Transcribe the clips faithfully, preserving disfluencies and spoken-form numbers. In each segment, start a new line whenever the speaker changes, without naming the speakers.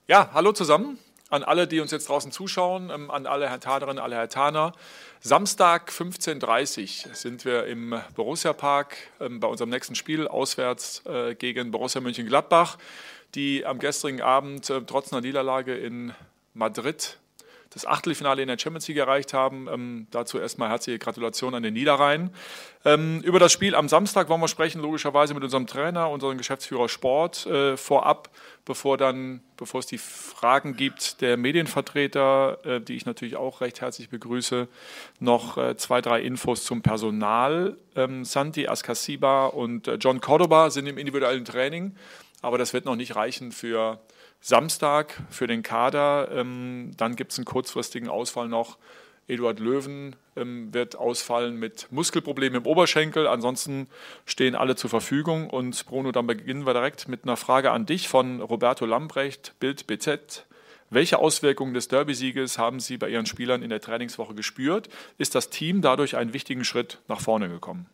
Ja, hallo zusammen an alle, die uns jetzt draußen zuschauen, ähm, an alle Herthanerinnen, alle Herthaner. Samstag fünfzehn Uhr dreißig sind wir im Borussia-Park ähm, bei unserem nächsten Spiel auswärts äh, gegen Borussia Mönchengladbach, die am gestrigen Abend äh, trotz einer Niederlage in Madrid das Achtelfinale in der Champions League erreicht haben. Ähm, dazu erstmal herzliche Gratulation an den Niederrhein. Ähm, über das Spiel am Samstag wollen wir sprechen, logischerweise mit unserem Trainer, unserem Geschäftsführer Sport, äh, vorab, bevor, dann, bevor es die Fragen gibt der Medienvertreter, äh, die ich natürlich auch recht herzlich begrüße, noch äh, zwei, drei Infos zum Personal. Ähm, Santi Ascasiba und äh, John Cordoba sind im individuellen Training, aber das wird noch nicht reichen für Samstag für den Kader. Ähm, dann gibt es einen kurzfristigen Ausfall noch. Eduard Löwen ähm, wird ausfallen mit Muskelproblemen im Oberschenkel. Ansonsten stehen alle zur Verfügung. Und Bruno, dann beginnen wir direkt mit einer Frage an dich von Roberto Lambrecht, Bild B Z. Welche Auswirkungen des Derby-Sieges haben Sie bei Ihren Spielern in der Trainingswoche gespürt? Ist das Team dadurch einen wichtigen Schritt nach vorne gekommen?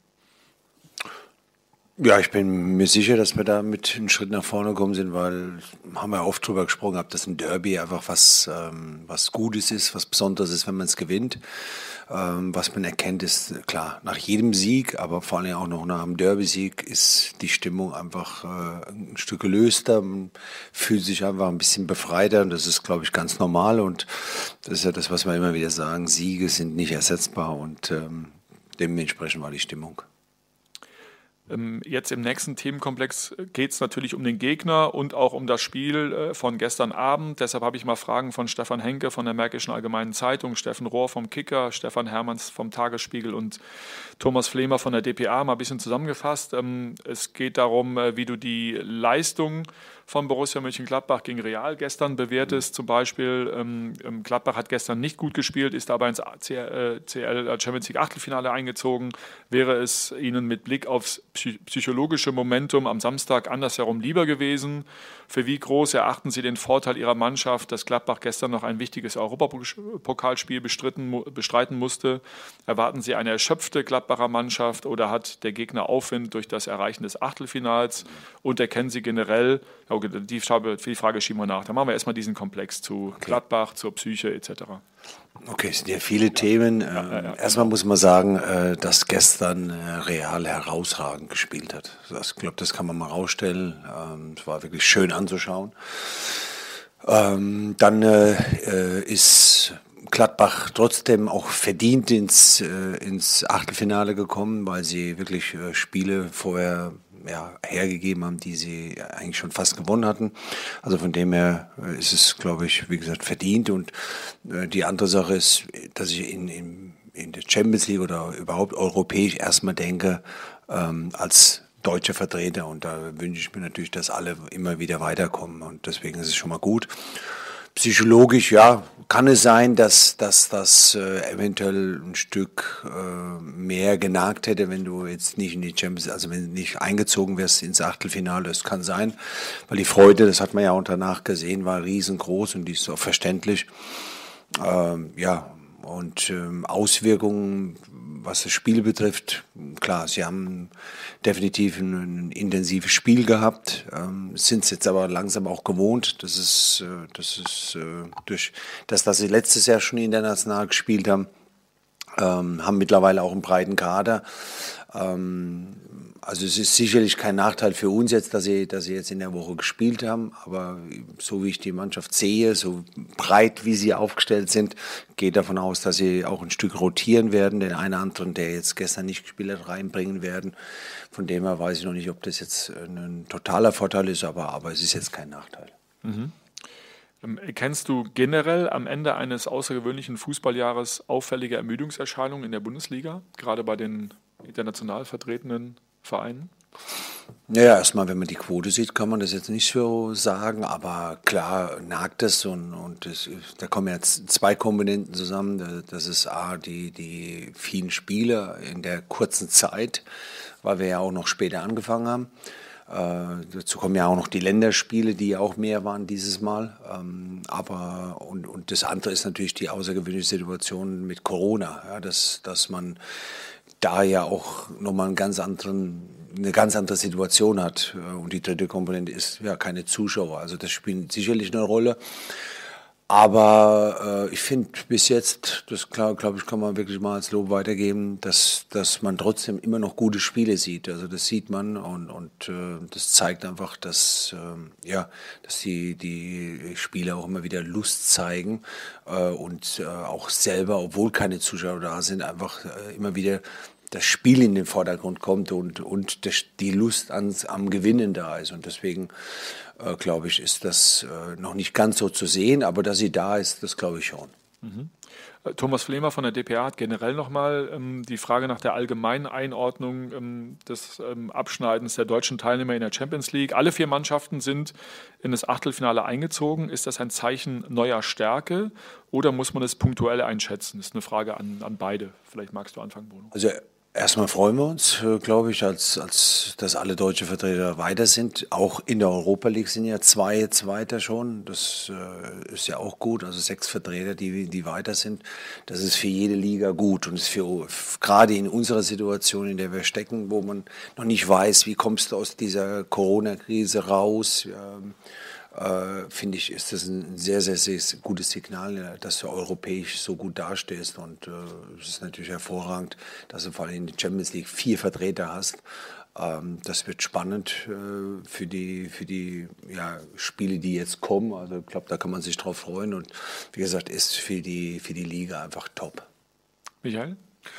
Ja, ich bin mir sicher, dass wir da mit einem Schritt nach vorne gekommen sind, weil haben wir oft drüber gesprochen, ob das ein Derby einfach was, ähm, was Gutes ist, was Besonderes ist, wenn man es gewinnt. Ähm, was man erkennt, ist klar, nach jedem Sieg, aber vor allem auch noch nach einem Derby-Sieg ist die Stimmung einfach äh, ein Stück gelöster, man fühlt sich einfach ein bisschen befreiter und das ist, glaube ich, ganz normal und das ist ja das, was wir immer wieder sagen, Siege sind nicht ersetzbar und ähm, dementsprechend war die Stimmung.
Jetzt im nächsten Themenkomplex geht es natürlich um den Gegner und auch um das Spiel von gestern Abend. Deshalb habe ich mal Fragen von Stefan Henke von der Märkischen Allgemeinen Zeitung, Steffen Rohr vom Kicker, Stefan Hermanns vom Tagesspiegel und Thomas Flemer von der D P A mal ein bisschen zusammengefasst. Es geht darum, wie du die Leistung von Borussia Mönchengladbach gegen Real gestern bewertest. Zum Beispiel, ähm, Gladbach hat gestern nicht gut gespielt, ist aber ins C L Champions League Achtelfinale eingezogen. Wäre es Ihnen mit Blick aufs psychologische Momentum am Samstag andersherum lieber gewesen? Für wie groß erachten Sie den Vorteil Ihrer Mannschaft, dass Gladbach gestern noch ein wichtiges Europapokalspiel bestritten, bestreiten musste? Erwarten Sie eine erschöpfte Gladbacher Mannschaft oder hat der Gegner Aufwind durch das Erreichen des Achtelfinals? Und erkennen Sie generell, die Frage schieben wir nach, dann machen wir erstmal diesen Komplex zu Gladbach, zur Psyche et cetera.
Okay, es sind ja viele Themen. Ja, ja, ja, Erstmal genau. muss man sagen, dass gestern Real herausragend gespielt hat. Ich glaube, das kann man mal rausstellen. Es war wirklich schön anzuschauen. Dann ist Gladbach trotzdem auch verdient ins, ins Achtelfinale gekommen, weil sie wirklich Spiele vorher ja, hergegeben haben, die sie eigentlich schon fast gewonnen hatten. Also von dem her ist es, glaube ich, wie gesagt, verdient. Und äh, die andere Sache ist, dass ich in, in, in der Champions League oder überhaupt europäisch erstmal denke, ähm, als deutsche Vertreter. Und da wünsche ich mir natürlich, dass alle immer wieder weiterkommen. Und deswegen ist es schon mal gut. Psychologisch, ja, kann es sein, dass, dass das äh, eventuell ein Stück äh, mehr genagt hätte, wenn du jetzt nicht in die Champions, also wenn du nicht eingezogen wärst ins Achtelfinale. Das kann sein, weil die Freude, das hat man ja auch danach gesehen, war riesengroß und die ist auch verständlich. Ähm, ja, und ähm, Auswirkungen, was das Spiel betrifft, klar, sie haben definitiv ein, ein intensives Spiel gehabt, ähm, sind es jetzt aber langsam auch gewohnt. Das ist, äh, das ist äh, durch das, dass sie letztes Jahr schon international gespielt haben, ähm, haben mittlerweile auch einen breiten Kader. Ähm, also es ist sicherlich kein Nachteil für uns jetzt, dass sie, dass sie jetzt in der Woche gespielt haben, aber so wie ich die Mannschaft sehe, so breit wie sie aufgestellt sind, geht davon aus, dass sie auch ein Stück rotieren werden, den einen oder anderen, der jetzt gestern nicht gespielt hat, reinbringen werden. Von dem her weiß ich noch nicht, ob das jetzt ein totaler Vorteil ist, aber, aber es ist jetzt kein Nachteil.
Mhm. Erkennst du generell am Ende eines außergewöhnlichen Fußballjahres auffällige Ermüdungserscheinungen in der Bundesliga, gerade bei den international vertretenen Vereinen?
Naja, erstmal, wenn man die Quote sieht, kann man das jetzt nicht so sagen, aber klar nagt es und, und das, da kommen jetzt zwei Komponenten zusammen. Das ist A, die, die vielen Spiele in der kurzen Zeit, weil wir ja auch noch später angefangen haben. Äh, dazu kommen ja auch noch die Länderspiele, die auch mehr waren dieses Mal. Ähm, aber und, und das andere ist natürlich die außergewöhnliche Situation mit Corona, ja, dass, dass man da ja auch nochmal einen ganz anderen eine ganz andere Situation hat. Und die dritte Komponente ist ja keine Zuschauer. Also das spielt sicherlich eine Rolle. Aber äh, ich finde bis jetzt, das glaube glaub ich, kann man wirklich mal als Lob weitergeben, dass, dass man trotzdem immer noch gute Spiele sieht. Also das sieht man und, und äh, das zeigt einfach, dass, äh, ja, dass die, die Spieler auch immer wieder Lust zeigen äh, und äh, auch selber, obwohl keine Zuschauer da sind, einfach äh, immer wieder das Spiel in den Vordergrund kommt und, und das, die Lust ans, am Gewinnen da ist. Und deswegen, äh, glaube ich, ist das äh, noch nicht ganz so zu sehen, aber dass sie da ist, das glaube ich schon.
Mhm. Thomas Flemer von der D P A hat generell nochmal ähm, die Frage nach der allgemeinen Einordnung ähm, des ähm, Abschneidens der deutschen Teilnehmer in der Champions League. Alle vier Mannschaften sind in das Achtelfinale eingezogen. Ist das ein Zeichen neuer Stärke oder muss man es punktuell einschätzen? Das ist eine Frage an, an beide. Vielleicht magst du anfangen, Bruno.
Also erstmal freuen wir uns, glaube ich, als, als dass alle deutsche Vertreter weiter sind. Auch in der Europa League sind ja zwei jetzt weiter schon. Das äh, ist ja auch gut. Also sechs Vertreter, die, die weiter sind. Das ist für jede Liga gut. Und ist für gerade in unserer Situation, in der wir stecken, wo man noch nicht weiß, wie kommst du aus dieser Corona-Krise raus. Ähm, Äh, finde ich, ist das ein sehr, sehr, sehr gutes Signal, dass du europäisch so gut dastehst. Und äh, es ist natürlich hervorragend, dass du vor allem in der Champions League vier Vertreter hast. Ähm, das wird spannend äh, für die, für die ja, Spiele, die jetzt kommen. Also ich glaube, da kann man sich drauf freuen. Und wie gesagt, ist für die, für die Liga einfach top.
Michael?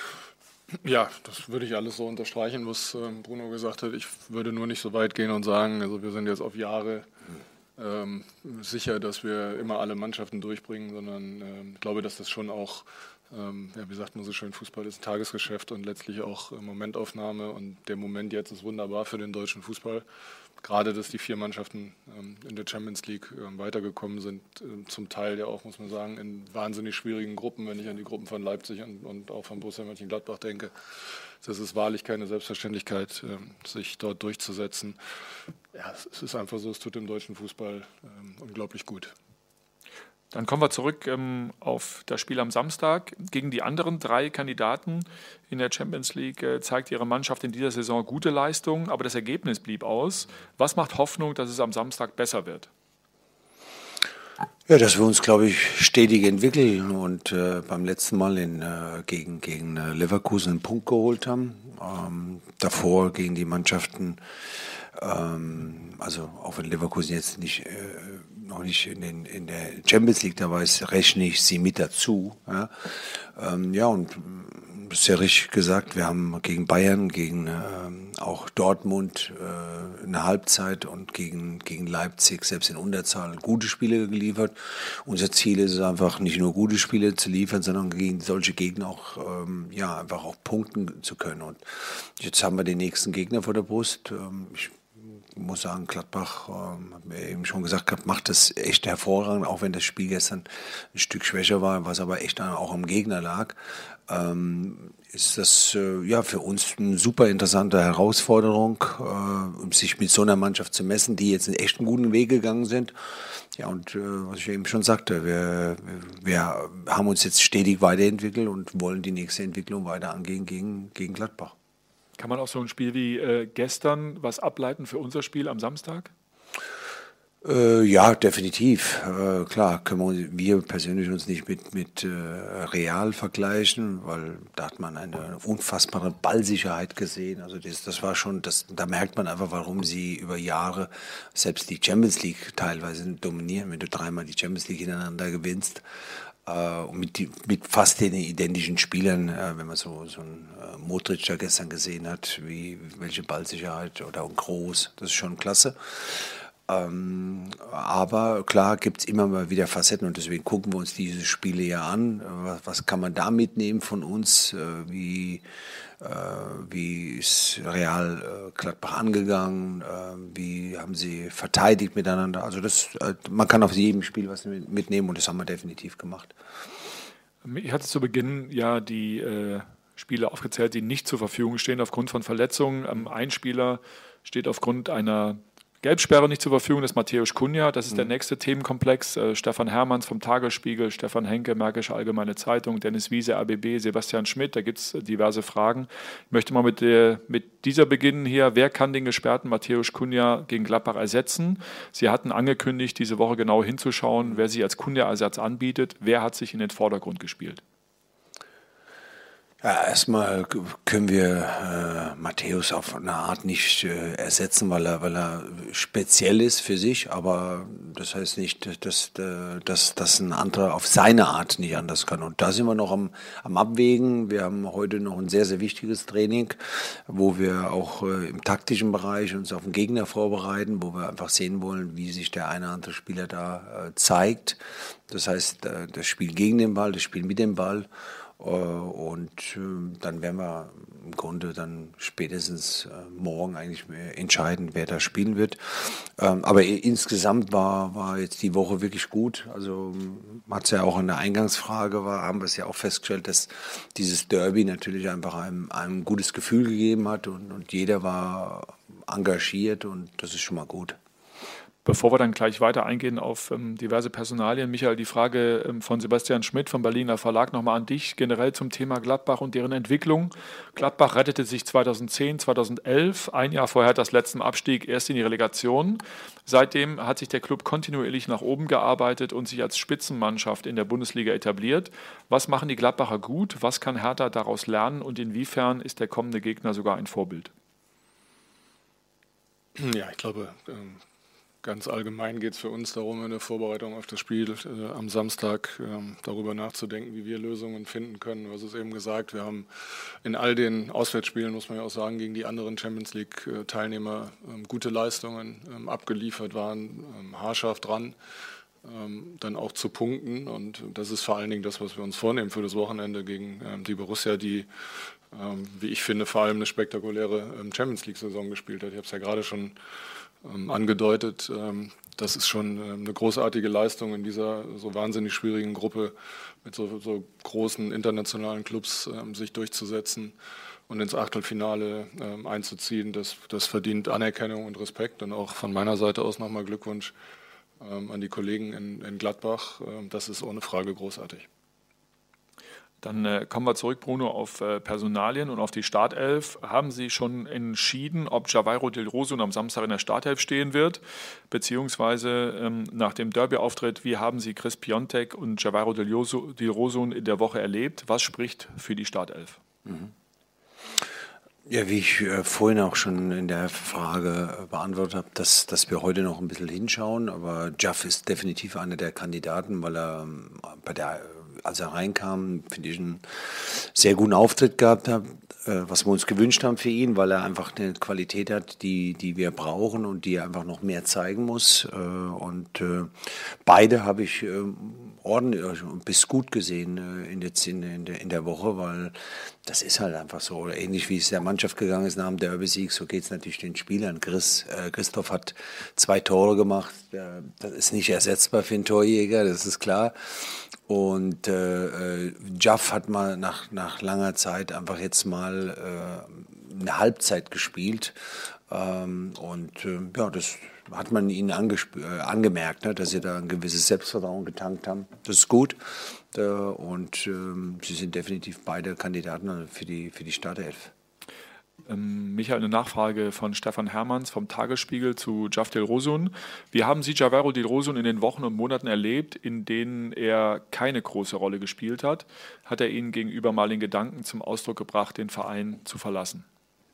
Ja, das würde ich alles so unterstreichen, was ähm, Bruno gesagt hat. Ich würde nur nicht so weit gehen und sagen, also wir sind jetzt auf Jahre ähm, sicher, dass wir immer alle Mannschaften durchbringen, sondern ähm, ich glaube, dass das schon auch, ähm, ja, wie sagt man so schön, Fußball ist ein Tagesgeschäft und letztlich auch äh, Momentaufnahme und der Moment jetzt ist wunderbar für den deutschen Fußball. Gerade, dass die vier Mannschaften ähm, in der Champions League ähm, weitergekommen sind, äh, zum Teil ja auch, muss man sagen, in wahnsinnig schwierigen Gruppen, wenn ich an die Gruppen von Leipzig und, und auch von Borussia Mönchengladbach denke. Das ist wahrlich keine Selbstverständlichkeit, äh, sich dort durchzusetzen. Ja, es ist einfach so, es tut dem deutschen Fußball ähm, unglaublich gut.
Dann kommen wir zurück ähm, auf das Spiel am Samstag. Gegen die anderen drei Kandidaten in der Champions League äh, zeigt ihre Mannschaft in dieser Saison gute Leistungen, aber das Ergebnis blieb aus. Was macht Hoffnung, dass es am Samstag besser wird?
Ja, dass wir uns, glaube ich, stetig entwickeln und äh, beim letzten Mal in, äh, gegen, gegen äh, Leverkusen einen Punkt geholt haben. Ähm, davor gegen die Mannschaften, ähm, also auch wenn Leverkusen jetzt nicht, äh, noch nicht in, den, in der Champions League dabei ist, rechne ich sie mit dazu. Ja, ähm, ja und das ist ja richtig gesagt, wir haben gegen Bayern, gegen ähm, auch Dortmund äh, eine Halbzeit und gegen, gegen Leipzig, selbst in Unterzahl, gute Spiele geliefert. Unser Ziel ist es einfach, nicht nur gute Spiele zu liefern, sondern gegen solche Gegner auch, ähm, ja, einfach auch punkten zu können. Und jetzt haben wir den nächsten Gegner vor der Brust. Ähm, ich muss sagen, Gladbach, ähm, hat mir eben schon gesagt gehabt, macht das echt hervorragend, auch wenn das Spiel gestern ein Stück schwächer war, was aber echt auch am Gegner lag. Ähm, ist das äh, ja für uns eine super interessante Herausforderung, äh, sich mit so einer Mannschaft zu messen, die jetzt einen echt guten Weg gegangen sind. Ja, und äh, was ich eben schon sagte, wir, wir haben uns jetzt stetig weiterentwickelt und wollen die nächste Entwicklung weiter angehen gegen, gegen Gladbach.
Kann man auch so ein Spiel wie äh, gestern was ableiten für unser Spiel am Samstag?
Äh, ja, definitiv. Äh, klar, können wir, wir persönlich uns nicht mit, mit äh, Real vergleichen, weil da hat man eine unfassbare Ballsicherheit gesehen. Also das, das war schon, das, da merkt man einfach, warum sie über Jahre selbst die Champions League teilweise dominieren, wenn du dreimal die Champions League hintereinander gewinnst. Uh, mit, die, mit fast den identischen Spielern, uh, wenn man so, so einen uh, Modric da gestern gesehen hat, wie welche Ballsicherheit oder groß, das ist schon klasse. Um, aber klar gibt es immer mal wieder Facetten und deswegen gucken wir uns diese Spiele ja an. Was, was kann man da mitnehmen von uns? Uh, wie, uh, wie ist Real uh, Gladbach angegangen? Uh, wie haben sie verteidigt miteinander? Also das, uh, man kann auf jedem Spiel was mitnehmen und das haben wir definitiv gemacht.
Ich hatte zu Beginn ja die äh, Spieler aufgezählt, die nicht zur Verfügung stehen aufgrund von Verletzungen. Ähm, ein Spieler steht aufgrund einer Gelbsperre nicht zur Verfügung, das ist Matthäus Cunha, das ist mhm. der nächste Themenkomplex. Äh, Stefan Hermanns vom Tagesspiegel, Stefan Henke, Märkische Allgemeine Zeitung, Dennis Wiese, R B B, Sebastian Schmidt, da gibt es diverse Fragen. Ich möchte mal mit, der, mit dieser beginnen hier. Wer kann den gesperrten Matthäus Cunha gegen Gladbach ersetzen? Sie hatten angekündigt, diese Woche genau hinzuschauen, wer sich als Cunha-Ersatz anbietet. Wer hat sich in den Vordergrund gespielt?
Ja, erstmal können wir äh, Matthäus auf eine Art nicht äh, ersetzen, weil er, weil er speziell ist für sich, aber das heißt nicht, dass, dass, dass ein anderer auf seine Art nicht anders kann. Und da sind wir noch am, am Abwägen. Wir haben heute noch ein sehr, sehr wichtiges Training, wo wir auch äh, im taktischen Bereich uns auf den Gegner vorbereiten, wo wir einfach sehen wollen, wie sich der eine oder andere Spieler da äh, zeigt. Das heißt, äh, das Spiel gegen den Ball, das Spiel mit dem Ball. Und dann werden wir im Grunde dann spätestens morgen eigentlich entscheiden, wer da spielen wird. Aber insgesamt war, war jetzt die Woche wirklich gut. Also man hat es ja auch in der Eingangsfrage, war, haben wir es ja auch festgestellt, dass dieses Derby natürlich einfach einem, einem ein gutes Gefühl gegeben hat und, und jeder war engagiert und das ist schon mal gut.
Bevor wir dann gleich weiter eingehen auf ähm, diverse Personalien, Michael, die Frage ähm, von Sebastian Schmidt vom Berliner Verlag nochmal an dich, generell zum Thema Gladbach und deren Entwicklung. Gladbach rettete sich zweitausendzehn, zweitausendelf, ein Jahr vorher das letzte Abstieg, erst in die Relegation. Seitdem hat sich der Club kontinuierlich nach oben gearbeitet und sich als Spitzenmannschaft in der Bundesliga etabliert. Was machen die Gladbacher gut? Was kann Hertha daraus lernen und inwiefern ist der kommende Gegner sogar ein Vorbild?
Ja, ich glaube... Ähm Ganz allgemein geht es für uns darum, in der Vorbereitung auf das Spiel äh, am Samstag äh, darüber nachzudenken, wie wir Lösungen finden können. Du hast es eben gesagt, wir haben in all den Auswärtsspielen, muss man ja auch sagen, gegen die anderen Champions League-Teilnehmer äh, gute Leistungen äh, abgeliefert, waren äh, haarscharf dran, äh, dann auch zu punkten. Und das ist vor allen Dingen das, was wir uns vornehmen für das Wochenende gegen äh, die Borussia, die, äh, wie ich finde, vor allem eine spektakuläre äh, Champions League-Saison gespielt hat. Ich habe es ja gerade schon Ähm, angedeutet. Ähm, das ist schon äh, eine großartige Leistung in dieser so wahnsinnig schwierigen Gruppe mit so, so großen internationalen Clubs ähm, sich durchzusetzen und ins Achtelfinale ähm, einzuziehen. Das, das verdient Anerkennung und Respekt und auch von meiner Seite aus nochmal Glückwunsch ähm, an die Kollegen in, in Gladbach. Ähm, das ist ohne Frage großartig.
Dann äh, kommen wir zurück, Bruno, auf äh, Personalien und auf die Startelf. Haben Sie schon entschieden, ob Javairo Dilrosun am Samstag in der Startelf stehen wird? Beziehungsweise ähm, nach dem Derby-Auftritt, wie haben Sie Chris Piontek und Javairo Dilrosun in der Woche erlebt? Was spricht für die Startelf?
Mhm. Ja, wie ich äh, vorhin auch schon in der Frage äh, beantwortet habe, dass, dass wir heute noch ein bisschen hinschauen. Aber Jaff ist definitiv einer der Kandidaten, weil er ähm, bei der als er reinkam, finde ich, einen sehr guten Auftritt gehabt hat, äh, was wir uns gewünscht haben für ihn, weil er einfach eine Qualität hat, die, die wir brauchen und die er einfach noch mehr zeigen muss. Äh, und äh, beide habe ich äh, ordentlich und bis gut gesehen äh, in, der, in, der, in der Woche, weil das ist halt einfach so. Ähnlich wie es der Mannschaft gegangen ist nach dem Derby-Sieg, so geht es natürlich den Spielern. Chris, äh, Christoph hat zwei Tore gemacht. Äh, das ist nicht ersetzbar für einen Torjäger, das ist klar. Und äh, Jaff hat mal nach, nach langer Zeit einfach jetzt mal äh, eine Halbzeit gespielt. Ähm, und äh, ja, das hat man ihnen angesp- äh, angemerkt, ne, dass sie da ein gewisses Selbstvertrauen getankt haben. Das ist gut. Äh, und äh, sie sind definitiv beide Kandidaten für die, für die Startelf.
Ähm, Michael, eine Nachfrage von Stefan Hermanns vom Tagesspiegel zu Jav Dilrosun. Wie haben Sie Javairo Dilrosun in den Wochen und Monaten erlebt, in denen er keine große Rolle gespielt hat? Hat er Ihnen gegenüber mal den Gedanken zum Ausdruck gebracht, den Verein zu verlassen?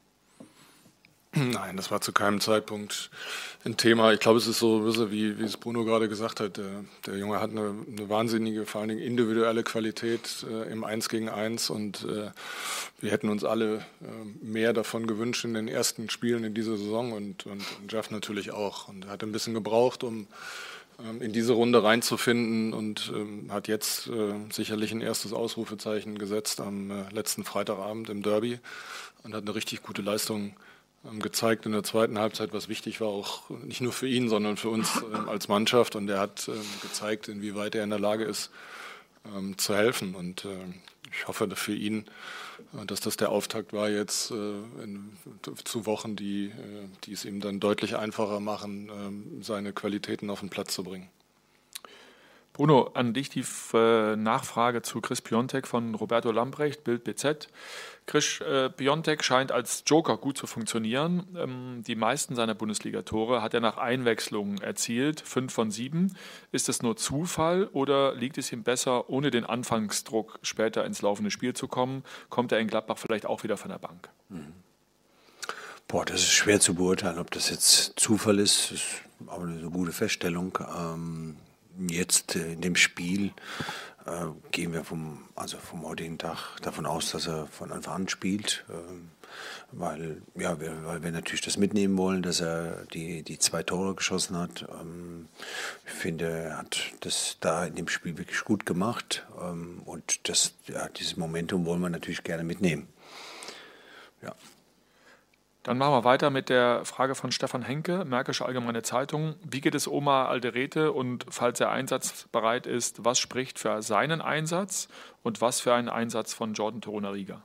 Nein, das war zu keinem Zeitpunkt ein Thema. Ich glaube, es ist so, wie, wie es Bruno gerade gesagt hat, der, der Junge hat eine, eine wahnsinnige, vor allen Dingen individuelle Qualität äh, im Eins gegen Eins und äh, wir hätten uns alle äh, mehr davon gewünscht in den ersten Spielen in dieser Saison und, und, und Jaff natürlich auch. Und er hat ein bisschen gebraucht, um ähm, in diese Runde reinzufinden und ähm, hat jetzt äh, sicherlich ein erstes Ausrufezeichen gesetzt am äh, letzten Freitagabend im Derby und hat eine richtig gute Leistung gezeigt in der zweiten Halbzeit, was wichtig war, auch nicht nur für ihn, sondern für uns ähm, als Mannschaft. Und er hat ähm, gezeigt, inwieweit er in der Lage ist, ähm, zu helfen. Und ähm, ich hoffe für ihn, dass das der Auftakt war jetzt in, zu Wochen, die, die es ihm dann deutlich einfacher machen, seine Qualitäten auf den Platz zu bringen.
Bruno, an dich die äh, Nachfrage zu Chris Piątek von Roberto Lambrecht, Bild B Z. Chris äh, Piątek scheint als Joker gut zu funktionieren. Ähm, die meisten seiner Bundesliga-Tore hat er nach Einwechslungen erzielt, fünf von sieben. Ist das nur Zufall oder liegt es ihm besser, ohne den Anfangsdruck später ins laufende Spiel zu kommen? Kommt er in Gladbach vielleicht auch wieder von der Bank?
Mhm. Boah, das ist schwer zu beurteilen, ob das jetzt Zufall ist. Das ist aber eine gute Feststellung. Ähm, Jetzt äh, in dem Spiel äh, gehen wir vom, also vom heutigen Tag davon aus, dass er von Anfang an spielt, äh, weil, ja, wir, weil wir natürlich das mitnehmen wollen, dass er die, die zwei Tore geschossen hat. Ähm, ich finde, er hat das da in dem Spiel wirklich gut gemacht ähm, und das, ja, dieses Momentum wollen wir natürlich gerne mitnehmen. Ja.
Dann machen wir weiter mit der Frage von Stefan Henke, Märkische Allgemeine Zeitung. Wie geht es Omar Alderete und falls er einsatzbereit ist, was spricht für seinen Einsatz und was für einen Einsatz von Jordan Torunariga?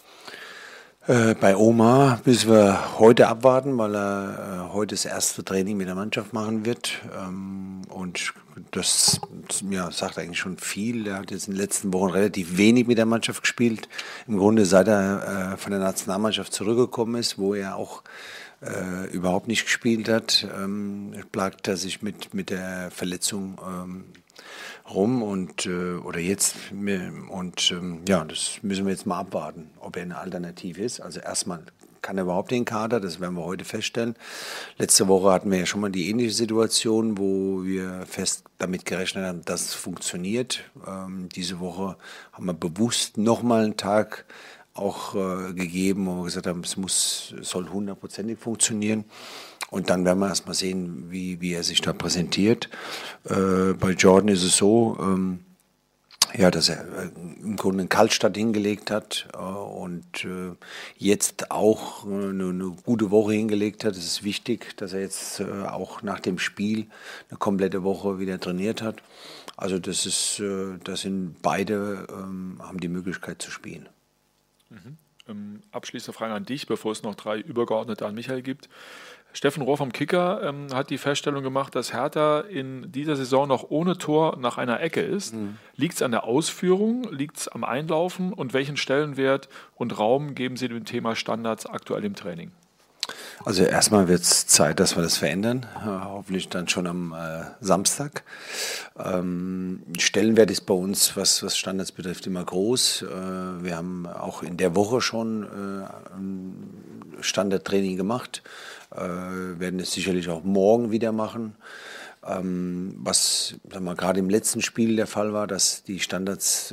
Äh, bei Omar müssen wir heute abwarten, weil er äh, heute das erste Training mit der Mannschaft machen wird. Ähm, und das ja, sagt eigentlich schon viel. Er hat jetzt in den letzten Wochen relativ wenig mit der Mannschaft gespielt. Im Grunde seit er äh, von der Nationalmannschaft zurückgekommen ist, wo er auch äh, überhaupt nicht gespielt hat, ähm, plagt er sich mit, mit der Verletzung ähm, rum und äh, oder jetzt und ähm, ja, das müssen wir jetzt mal abwarten, ob er eine Alternative ist. Also erstmal kann er überhaupt den Kader, das werden wir heute feststellen. Letzte Woche hatten wir ja schon mal die ähnliche Situation, wo wir fest damit gerechnet haben, dass es funktioniert. Ähm, diese Woche haben wir bewusst nochmal einen Tag auch äh, gegeben, wo wir gesagt haben, es muss, es soll hundertprozentig funktionieren. Und dann werden wir erstmal sehen, wie, wie er sich da präsentiert. Äh, bei Jordan ist es so, ähm, ja, dass er äh, im Grunde einen Kaltstart hingelegt hat äh, und äh, jetzt auch äh, eine, eine gute Woche hingelegt hat. Es ist wichtig, dass er jetzt äh, auch nach dem Spiel eine komplette Woche wieder trainiert hat. Also das ist, äh, das sind beide ähm, haben die Möglichkeit zu spielen.
Mhm. Ähm, abschließende Frage an dich, bevor es noch drei Übergeordnete an Michael gibt. Steffen Rohr vom Kicker ähm, hat die Feststellung gemacht, dass Hertha in dieser Saison noch ohne Tor nach einer Ecke ist. Mhm. Liegt es an der Ausführung, liegt es am Einlaufen und welchen Stellenwert und Raum geben Sie dem Thema Standards aktuell im Training?
Also erstmal wird es Zeit, dass wir das verändern, äh, hoffentlich dann schon am äh, Samstag. Ähm, Stellenwert ist bei uns, was, was Standards betrifft, immer groß. Äh, wir haben auch in der Woche schon äh, ein Standardtraining gemacht, äh, werden es sicherlich auch morgen wieder machen. Ähm, was sagen wir, gerade im letzten Spiel der Fall war, dass die Standards äh,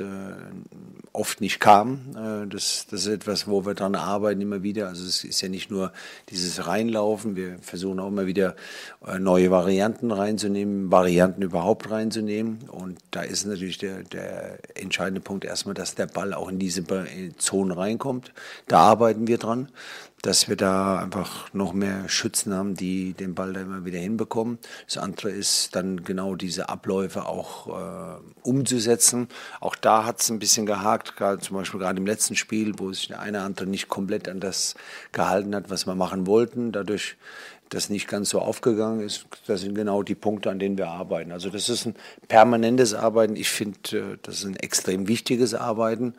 oft nicht kamen. Äh, das, das ist etwas, wo wir dran arbeiten immer wieder. Also es ist ja nicht nur dieses Reinlaufen, wir versuchen auch immer wieder äh, neue Varianten reinzunehmen, Varianten überhaupt reinzunehmen. Und da ist natürlich der, der entscheidende Punkt erstmal, dass der Ball auch in diese Zone reinkommt. Da arbeiten wir dran, dass wir da einfach noch mehr Schützen haben, die den Ball da immer wieder hinbekommen. Das andere ist dann genau diese Abläufe auch äh, umzusetzen. Auch da hat es ein bisschen gehakt, gerade zum Beispiel gerade im letzten Spiel, wo sich der eine oder andere nicht komplett an das gehalten hat, was wir machen wollten. Dadurch, dass nicht ganz so aufgegangen ist, das sind genau die Punkte, an denen wir arbeiten. Also das ist ein permanentes Arbeiten. Ich finde, das ist ein extrem wichtiges Arbeiten.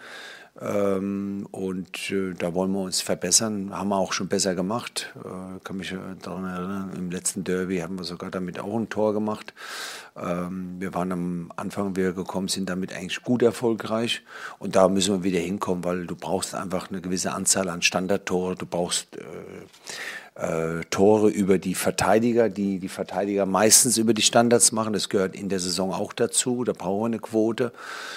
Ähm, und äh, da wollen wir uns verbessern, haben wir auch schon besser gemacht. Äh, kann mich daran erinnern, im letzten Derby haben wir sogar damit auch ein Tor gemacht. Ähm, wir waren am Anfang, wie wir gekommen sind, damit eigentlich gut erfolgreich. Und da müssen wir wieder hinkommen, weil du brauchst einfach eine gewisse Anzahl an Standardtore. Du brauchst äh, äh, Tore über die Verteidiger, die die Verteidiger meistens über die Standards machen. Das gehört in der Saison auch dazu. Da brauchen wir eine Quote.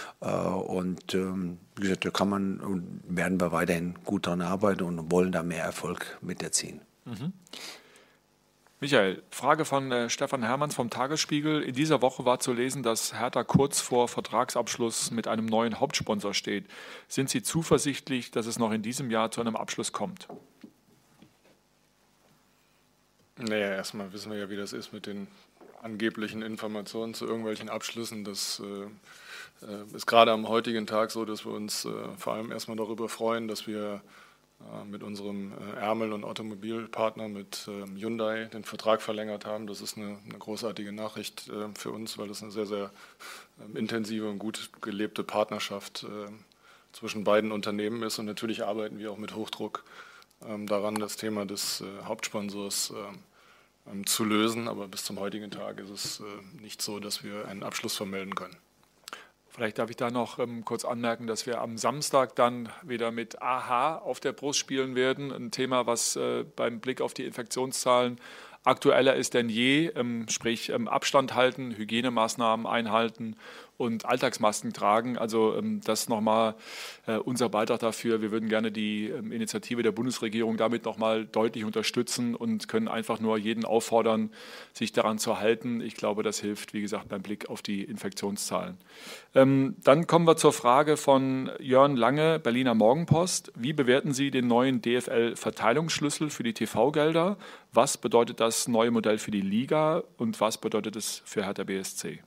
Und ähm, wie gesagt, da kann man und werden wir weiterhin gut daran arbeiten und wollen da mehr Erfolg mit erzielen.
Mhm. Michael, Frage von äh, Stefan Hermanns vom Tagesspiegel. In dieser Woche war zu lesen, dass Hertha kurz vor Vertragsabschluss mit einem neuen Hauptsponsor steht. Sind Sie zuversichtlich, dass es noch in diesem Jahr zu einem Abschluss kommt?
Naja, erstmal wissen wir ja, wie das ist mit den angeblichen Informationen zu irgendwelchen Abschlüssen. Das äh, ist gerade am heutigen Tag so, dass wir uns äh, vor allem erstmal darüber freuen, dass wir äh, mit unserem äh, Ärmel- und Automobilpartner, mit äh, Hyundai, den Vertrag verlängert haben. Das ist eine, eine großartige Nachricht äh, für uns, weil das eine sehr, sehr äh, intensive und gut gelebte Partnerschaft äh, zwischen beiden Unternehmen ist. Und natürlich arbeiten wir auch mit Hochdruck äh, daran, das Thema des äh, Hauptsponsors äh, zu lösen, aber bis zum heutigen Tag ist es äh, nicht so, dass wir einen Abschluss vermelden können.
Vielleicht darf ich da noch ähm, kurz anmerken, dass wir am Samstag dann wieder mit A H auf der Brust spielen werden. Ein Thema, was äh, beim Blick auf die Infektionszahlen aktueller ist denn je, ähm, sprich ähm, Abstand halten, Hygienemaßnahmen einhalten und Alltagsmasken tragen. Also ähm, das ist nochmal äh, unser Beitrag dafür. Wir würden gerne die ähm, Initiative der Bundesregierung damit nochmal deutlich unterstützen und können einfach nur jeden auffordern, sich daran zu halten. Ich glaube, das hilft, wie gesagt, beim Blick auf die Infektionszahlen. Ähm, dann kommen wir zur Frage von Jörn Lange, Berliner Morgenpost. Wie bewerten Sie den neuen D F L-Verteilungsschlüssel für die T V-Gelder? Was bedeutet das neue Modell für die Liga und was bedeutet es für Hertha B S C?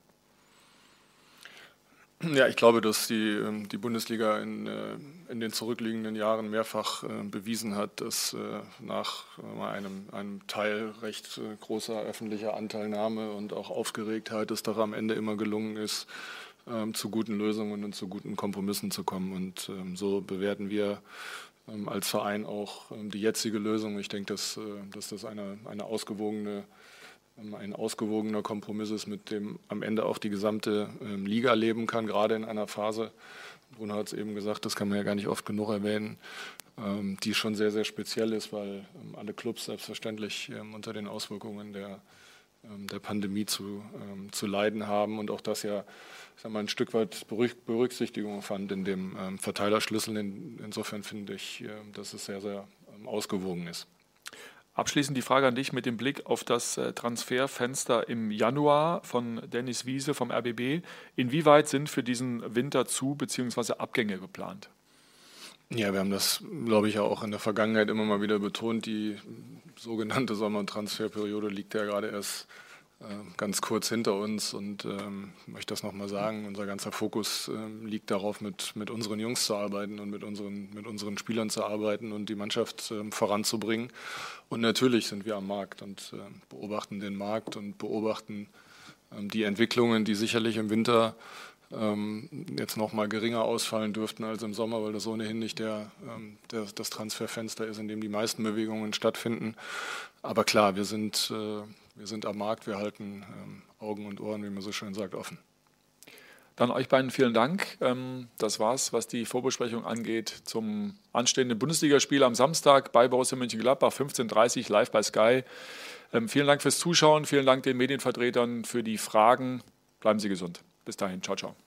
Ja, ich glaube, dass die, die Bundesliga in, in den zurückliegenden Jahren mehrfach bewiesen hat, dass nach einem, einem Teil recht großer öffentlicher Anteilnahme und auch Aufgeregtheit es doch am Ende immer gelungen ist, zu guten Lösungen und zu guten Kompromissen zu kommen. Und so bewerten wir als Verein auch die jetzige Lösung. Ich denke, dass, dass das eine, eine ausgewogene ein ausgewogener Kompromiss ist, mit dem am Ende auch die gesamte ähm, Liga leben kann, gerade in einer Phase, Bruno hat es eben gesagt, das kann man ja gar nicht oft genug erwähnen, ähm, die schon sehr, sehr speziell ist, weil ähm, alle Clubs selbstverständlich ähm, unter den Auswirkungen der, ähm, der Pandemie zu, ähm, zu leiden haben und auch das ja, ich sag mal, ein Stück weit Berücksichtigung fand in dem ähm, Verteilerschlüssel. In, insofern finde ich, äh, dass es sehr, sehr ähm, ausgewogen ist.
Abschließend die Frage an dich mit dem Blick auf das Transferfenster im Januar von Dennis Wiese vom R B B. Inwieweit sind für diesen Winter Zu- bzw. Abgänge geplant?
Ja, wir haben das, glaube ich, auch in der Vergangenheit immer mal wieder betont. Die sogenannte Sommertransferperiode liegt ja gerade erst äh, ganz kurz hinter uns und ähm, ich möchte das nochmal sagen, unser ganzer Fokus äh, liegt darauf, mit, mit unseren Jungs zu arbeiten und mit unseren, mit unseren Spielern zu arbeiten und die Mannschaft äh, voranzubringen. Und natürlich sind wir am Markt und äh, beobachten den Markt und beobachten ähm, die Entwicklungen, die sicherlich im Winter ähm, jetzt noch mal geringer ausfallen dürften als im Sommer, weil das ohnehin nicht der, ähm, der, das Transferfenster ist, in dem die meisten Bewegungen stattfinden. Aber klar, wir sind, äh, wir sind am Markt, wir halten ähm, Augen und Ohren, wie man so schön sagt, offen.
Dann euch beiden vielen Dank. Das war's, was die Vorbesprechung angeht zum anstehenden Bundesligaspiel am Samstag bei Borussia Mönchengladbach, fünfzehn Uhr dreißig, live bei Sky. Vielen Dank fürs Zuschauen, vielen Dank den Medienvertretern für die Fragen. Bleiben Sie gesund. Bis dahin, ciao, ciao.